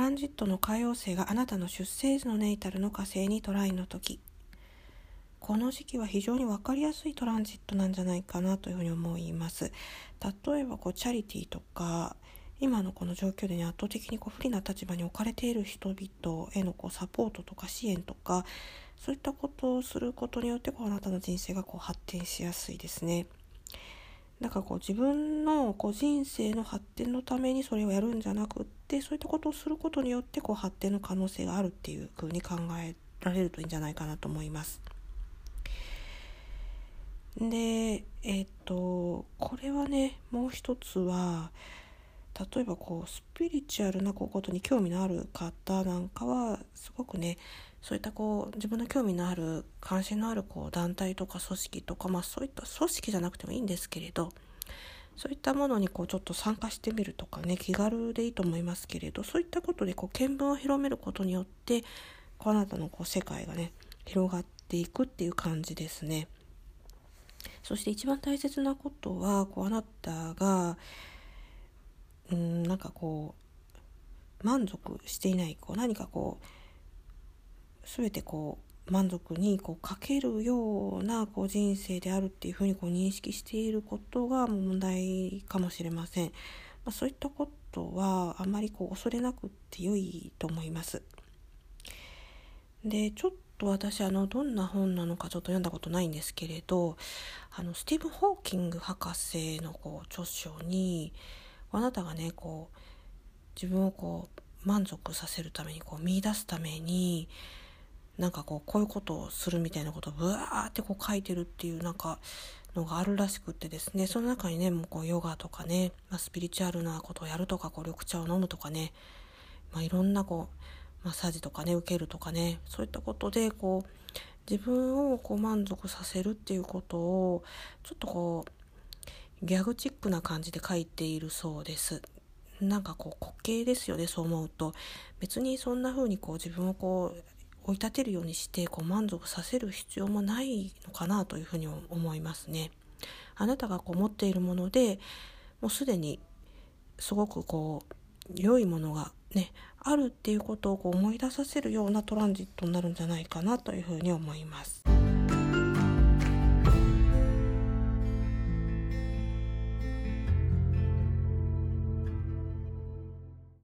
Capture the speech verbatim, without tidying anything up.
ランジットの海王星があなたの出生時のネイタルの火星にトライの時、この時期は非常に分かりやすいトランジットなんじゃないかなというふうに思います。例えばこうチャリティーとか、今のこの状況で、ね、圧倒的にこう不利な立場に置かれている人々へのこうサポートとか支援とか、そういったことをすることによってこうあなたの人生がこう発展しやすいですね。だからこう自分のこう人生の発展のためにそれをやるんじゃなくって、そういったことをすることによってこう発展の可能性があるっていう風に考えられるといいんじゃないかなと思います。で、えっとこれはね、もう一つは、例えばこうスピリチュアルなこうことに興味のある方なんかは、すごくね、そういったこう自分の興味のある関心のあるこう団体とか組織とか、まあそういった組織じゃなくてもいいんですけれど、そういったものにこうちょっと参加してみるとかね、気軽でいいと思いますけれど、そういったことでこう見聞を広めることによって、こうあなたのこう世界がね広がっていくっていう感じですね。そして一番大切なことは、こうあなたがうーんなんかこう満足していない、こう何かこう全てこう満足にこうかけるようなこう人生であるっていうふうにこう認識していることが問題かもしれません。まあ、そういったことはあまりこう恐れなくて良いと思います。で、ちょっと私あのどんな本なのかちょっと読んだことないんですけれど、あのスティーブン・ホーキング博士のこう著書に、あなたがねこう自分をこう満足させるためにこう見出すために、なんかこうこういうことをするみたいなことをブワーってこう書いてるっていうなんかのがあるらしくってですね、その中にね、もうこうヨガとかね、まあ、スピリチュアルなことをやるとか、こう緑茶を飲むとかね、まあ、いろんなこうマッサージとかね受けるとかね、そういったことでこう自分をこう満足させるっていうことをちょっとこうギャグチックな感じで書いているそうです。なんかこう滑稽ですよね、そう思うと。別にそんな風にこう自分をこう追い立てるようにしてこう満足させる必要もないのかなというふうに思いますね。あなたがこう持っているものでもうすでにすごくこう良いものがねあるっていうことをこう思い出させるようなトランジットになるんじゃないかなというふうに思います。